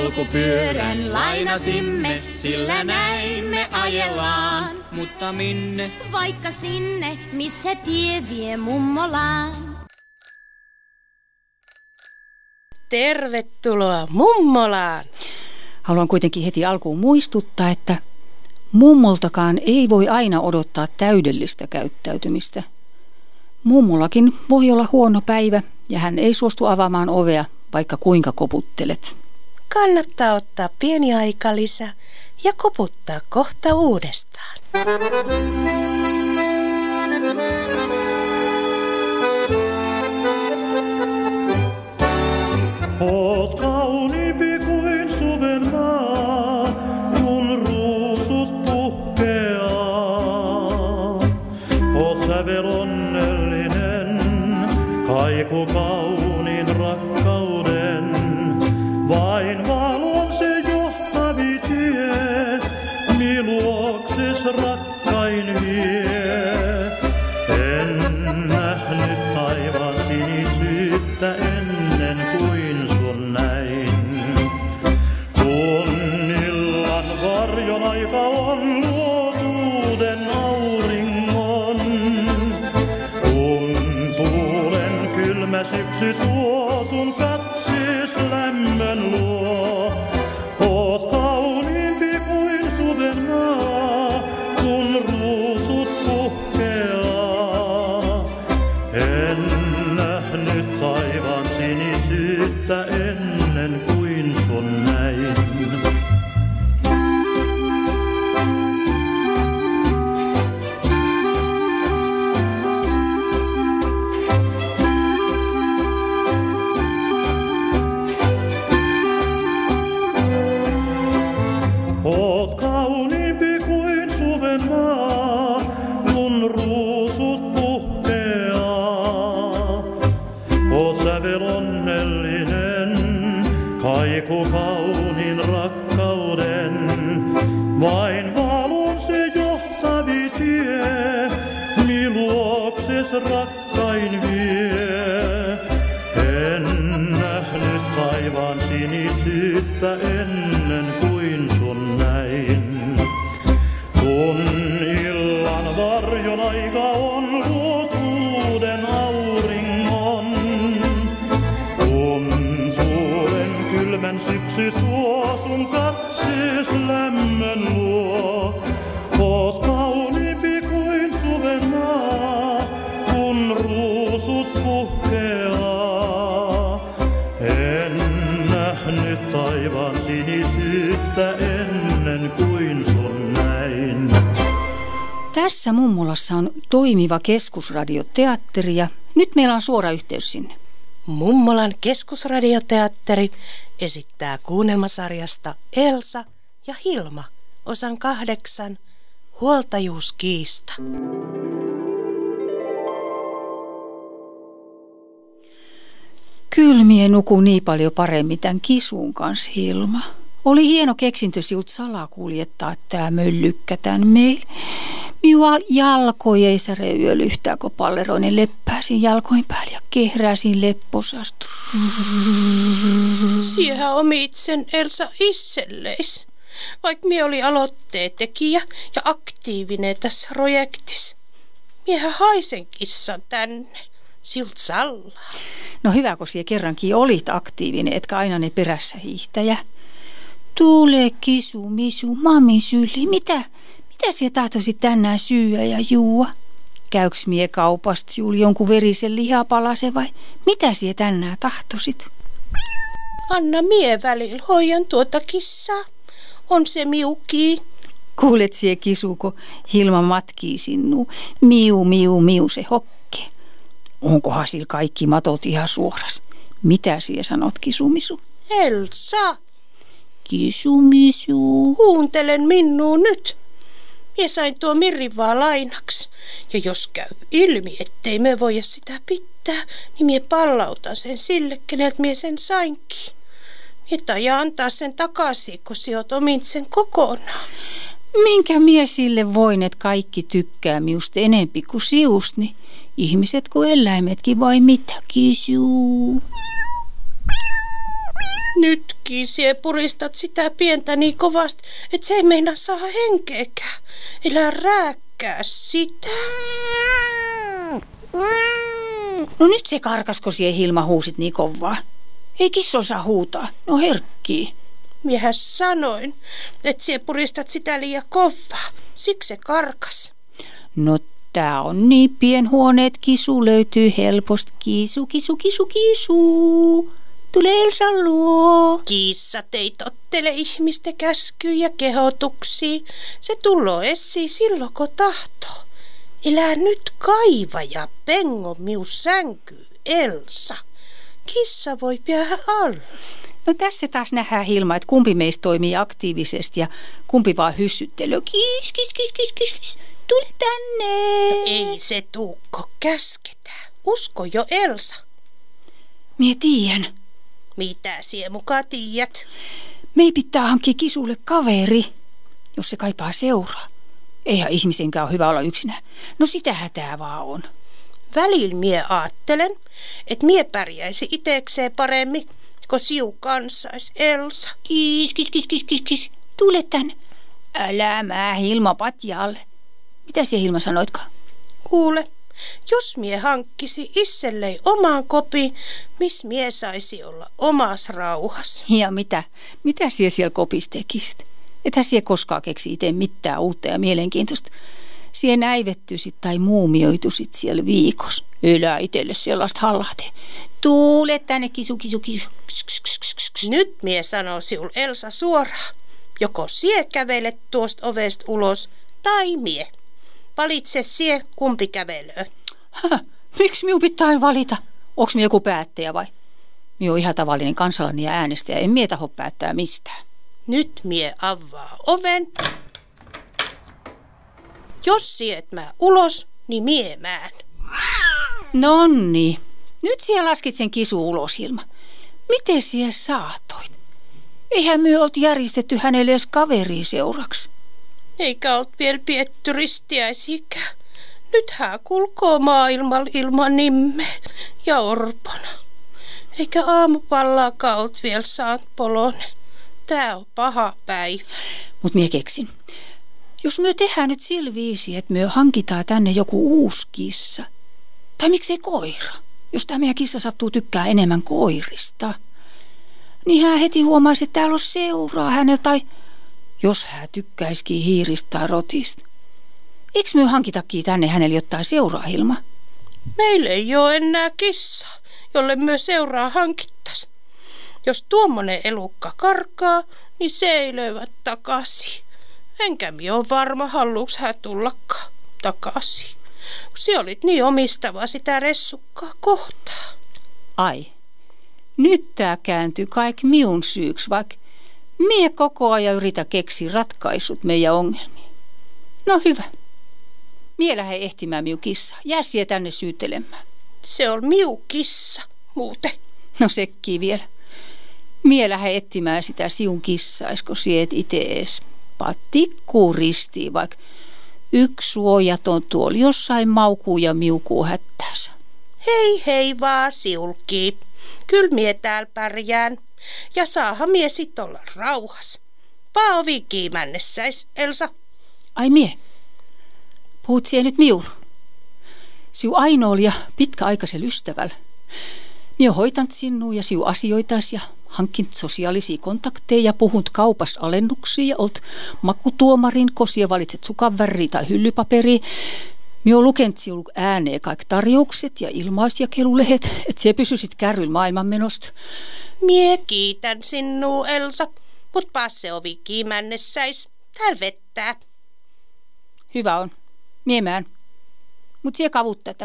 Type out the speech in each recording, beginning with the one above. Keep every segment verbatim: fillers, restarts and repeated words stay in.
polkupyörän lainasimme, sillä näin me ajellaan. Mutta minne? Vaikka sinne, missä tie vie mummolaan. Tervetuloa mummolaan! Haluan kuitenkin heti alkuun muistuttaa, että mummoltakaan ei voi aina odottaa täydellistä käyttäytymistä. Mummollakin voi olla huono päivä ja hän ei suostu avaamaan ovea, vaikka kuinka koputtelet. Kannattaa ottaa pieni aikalisä ja koputtaa kohta uudestaan. Oot kauniimpi kuin suven maa, kun ruusut puhkeaa. Oot sävel onnellinen, kaiku kauniin rakkauden. Vain valon se johtavi tie, mi luokses rakkain vie. En nähnyt taivaan sinisyyttä ennen kuin sun näin. Kun illan varjon aika on luotuuden auringon, kun tuulen kylmä syksy tuo sun katsis lämmön luo. Oot kauniimpi kuin suven maa, kun ruusut puhkeaa. En nähnyt taivaan sinisyyttä ennen kuin sun näin. Oot kauniimpi kuin suven maa, kun ruusut puhkeaa. Oot sävel onnellinen, kaiku kauniin rakkauden. Vain valon se johtavi tie, mi luokses rakkain vie. En nähnyt taivaan sinisyyttä ennen kuin sun näin. Kun illan varjon aika on luotuuden auringon, kun tuulen kylmän syksy tuo sun katsis lämmön luo. Oot kauniimpi kuin suven maa, kun ruusut puhkeaa. En nähnyt taivaan sinisyyttä ennen kuin sun näin. Tässä mummolassa on toimiva keskusradioteatteri ja nyt meillä on suora yhteys sinne. Mummolan keskusradioteatteri esittää kuunnelmasarjasta Elsa ja Hilma osan kahdeksan Huoltajuuskiista. Kyllä mie nuku niin paljon paremmin tämän kisun kanssa, Hilma. Oli hieno keksintö siut salakuljettaa tää möllykkä tän meille. Minua jalkoi ei säre yöllä yhtään, kun palleroinen leppääsin jalkoin päällä ja kehräsin lepposasta. Siehän omit sen Elsa itselleis, vaikka mie oli aloitteen tekijä ja aktiivinen tässä projektissa. Miehän haisen kissan tänne, siut sallaa. No hyvä, kun sie kerrankin olit aktiivinen, etkä aina ne perässä hiihtäjä. Tule kisu, misu, mami syli, mitä? Mitä sie tahtoisit tänään syyä ja juua? Käyks mie kaupasta siul jonkun verisen lihapalasen vai mitä sie tänään tahtoisit? Anna mie välillä hoijan tuota kissaa. On se miukii. Kuulet sie kisu, kun Hilma matkii sinnu. Miu, miu, miu se hokke. Onkohan sillä kaikki matot ihan suoras? Mitä sie sanot, kisumisu? Elsa! Kisumisu. Kuuntelen minua nyt. Mie sain tuo Mirrin vaan lainaksi. Ja jos käy ilmi, ettei me voida sitä pitää, niin mie pallautan sen sille, keneltä mie sen sainkin. Mie taja antaa sen takaisin, kun sijoit omin sen kokonaan. Minkä mie sille voin, että kaikki tykkää miusta enempi kuin siust, niin ihmiset kuin eläimetkin vai mitä, kisu? Nyt takia sie puristat sitä pientä niin kovasti, että se ei meinaa saada henkeäkään. Elää rääkkää sitä. No nyt se karkasko sie Hilma huusit niin kovaa. Ei kissa osaa huutaa, no herkkii. Miehän sanoin, että sie puristat sitä liian kovaa. Siksi se karkas. No tää on niin pienhuoneet, kisu löytyy helposti. Kisu, kisu, kisu, kisu. Tule Elsan luo. Kissat ei tottele ihmisten käskyjä ja kehotuksia. Se tulloo esiin silloin, kun tahtoo. Elää nyt kaiva ja pengo miu sänkyy, Elsa. Kissa voi jäädä alle. No tässä taas nähdään Hilma, että kumpi meistä toimii aktiivisesti ja kumpi vaan hyssyttelee. Kis, kis, kis, kis, kis, kis. Tule tänne. No ei se tuukko käsketään. Usko jo, Elsa. Mie tiedän. Mitä sie mukaan tiedät? Mei pitää hankkia kisulle kaveri, jos se kaipaa seuraa. Eihän ihmisenkään ole hyvä olla yksinään. No sitähän tää vaan on. Välillä mie aattelen, että mie pärjäisi itekseen paremmin, kun siu kansais, Elsa. Kis, kis, kis, kis, kis, kis. Tule tänne. Älä mä Hilma patjalle. Mitä siellä Hilma sanoitkaan? Kuule, jos mie hankkisi itsellei omaan kopiin, miss mie saisi olla omas rauhassa. Ja mitä? Mitä siellä siellä kopissa tekisit? Ethän siellä koskaan keksi itse mitään uutta ja mielenkiintoista. Sie näivettyisit tai muumioituisit siellä viikossa. Elää itselle sellaista hallahte. Tuule tänne, kisu, kisu, kisu. Nyt mie sanoo siul, Elsa, suoraan. Joko sie kävelet tuosta ovesta ulos, tai mie. Valitse sie, kumpi kävelöö. Häh, miksi minun pitää valita? Onks minä joku päättäjä vai? Minä olen ihan tavallinen kansalainen ja äänestäjä. En mie taho päättää mistään. Nyt mie avaa oven. Jos siet mä ulos, niin mie mään. Nonni. Nyt siellä laskit sen kisu ulos, Hilma. Miten siellä saatoit? Eihän me oltu järjestetty hänelle edes kaveria seuraksi. Eikä olt vielä pietty ristiäisikään. Nyt hän kulkoo maailmalla ilman nimme ja orpona. Eikä aamupallaakaan olt vielä saanut polone. Tää on paha päivä. Mut mie keksin. Jos me tehdään nyt sillä viisi, että me hankitaan tänne joku uusi kissa. Tai miksei koira. Jos tämä meidän kissa sattuu tykkää enemmän koirista. Niin hän heti huomaisi, että täällä on seuraa hänellä. Tai jos hän tykkäisikin hiiristä tai rotista. Eikö me hankitakin tänne hänelle jotain seuraa, Hilma? Meillä ei ole enää kissaa, jolle me seuraa hankittaisiin. Jos tuommoinen elukka karkaa, niin se ei löyvät takaisin. Enkä minä ole varma, halluuks hän tullakaan takaisin. Sinä olit niin omistava sitä ressukkaa kohtaa. Ai, nyt tää kääntyy kaikki miun syyksi, vaikka mie koko ajan yritä keksiä ratkaisut meidän ongelmiin. No hyvä. Mie lähden ehtimään miu kissa. Jää sie tänne syyttelemään. Se on miu kissa, muuten. No sekkii vielä. Mie lähden etsimään sitä siun kissaisko siet ite ees patikkuu ristiin, vaikka yksi suojaton tuoli jossain maukuu ja miukuu hättäänsä. Hei hei vaan siulkii. Kyllä mie täällä pärjään. Ja saahan mie sit olla rauhas. Paa ovi kiimännessäis, Elsa. Ai mie? Puhut sie nyt miul? Siu ainoal ja pitkäaikaisella ystävällä. Mie hoitant sinua ja siu asioitais ja hankkint sosiaalisia kontakteja ja puhunt kaupasta alennuksia ja olt makutuomarin, kosia valitset sukanvärriä tai hyllypaperia. Mie oon lukent siul ääneen kaikki tarjoukset ja ilmaisjakelulehet, että se pysyisit kärryllä maailmanmenosta. Mie kiitän sinua, Elsa, mut paas se ovi kiimännessäis. Täällä vettää. Hyvä on. Miemään. Mut sie kavut tätä.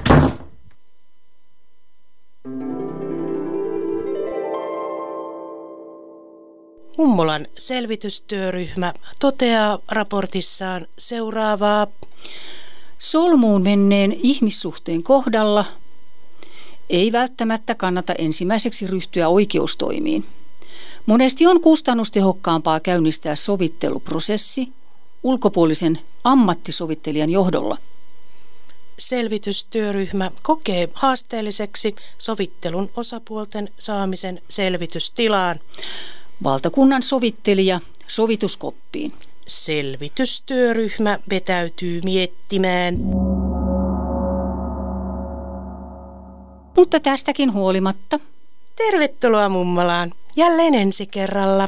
Mummolan selvitystyöryhmä toteaa raportissaan seuraavaa. Solmuun menneen ihmissuhteen kohdalla ei välttämättä kannata ensimmäiseksi ryhtyä oikeustoimiin. Monesti on kustannustehokkaampaa käynnistää sovitteluprosessi ulkopuolisen ammattisovittelijan johdolla. Selvitystyöryhmä kokee haasteelliseksi sovittelun osapuolten saamisen selvitystilaan. Valtakunnan sovittelija sovituskoppiin. Selvitystyöryhmä vetäytyy miettimään. Mutta tästäkin huolimatta. Tervetuloa mummolaan. Jälleen ensi kerralla.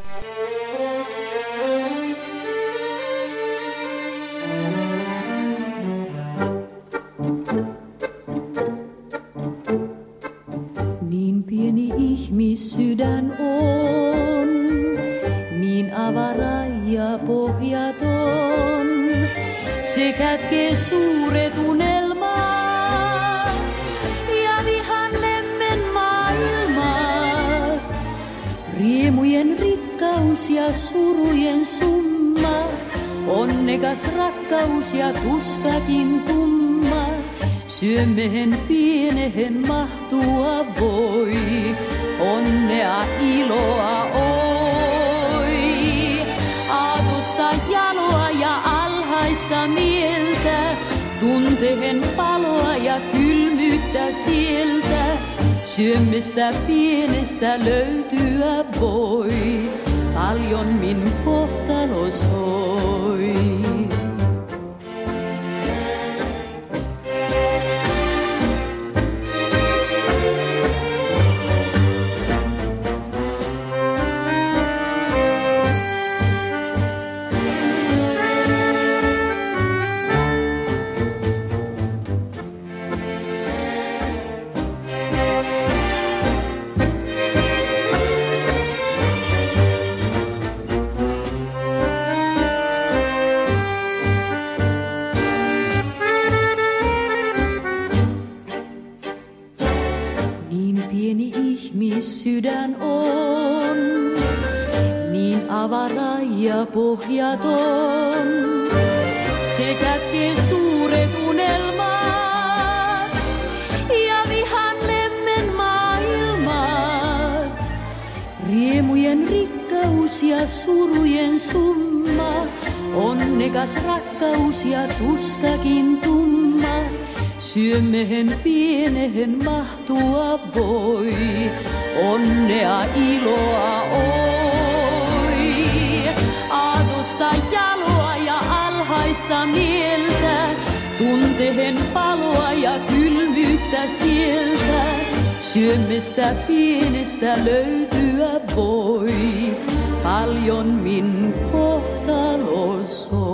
Niin pieni ihmissydän on, niin avara ja pohjaton. Se kätkee suuret unelmat ja vihan lemmen maailmat. Riemujen rikkaus ja surujen summa, onnekas rakkaus ja tuskakin tumma. Syömmehen pienehen mahtua voi, onnea iloa oi. Aatosta jaloa ja alhaista mieltä, tuntehen paloa ja kylmyyttä sieltä. Syömmestä pienestä löytyä voi, paljon min kohtalo soi. Sydän on niin avara ja pohjaton. Se kätkee suuret unelmat ja vihan lemmen maailmat. Riemujen rikkaus ja surujen summa, onnekas rakkaus ja tuskakin tumma. Syömmehen pienehen mahtua voi, onnea iloa oi. Aatosta jaloa ja alhaista mieltä, tuntehen paloa ja kylmyyttä sieltä. Syömmestä pienestä löytyä voi, paljon min kohtalo soi.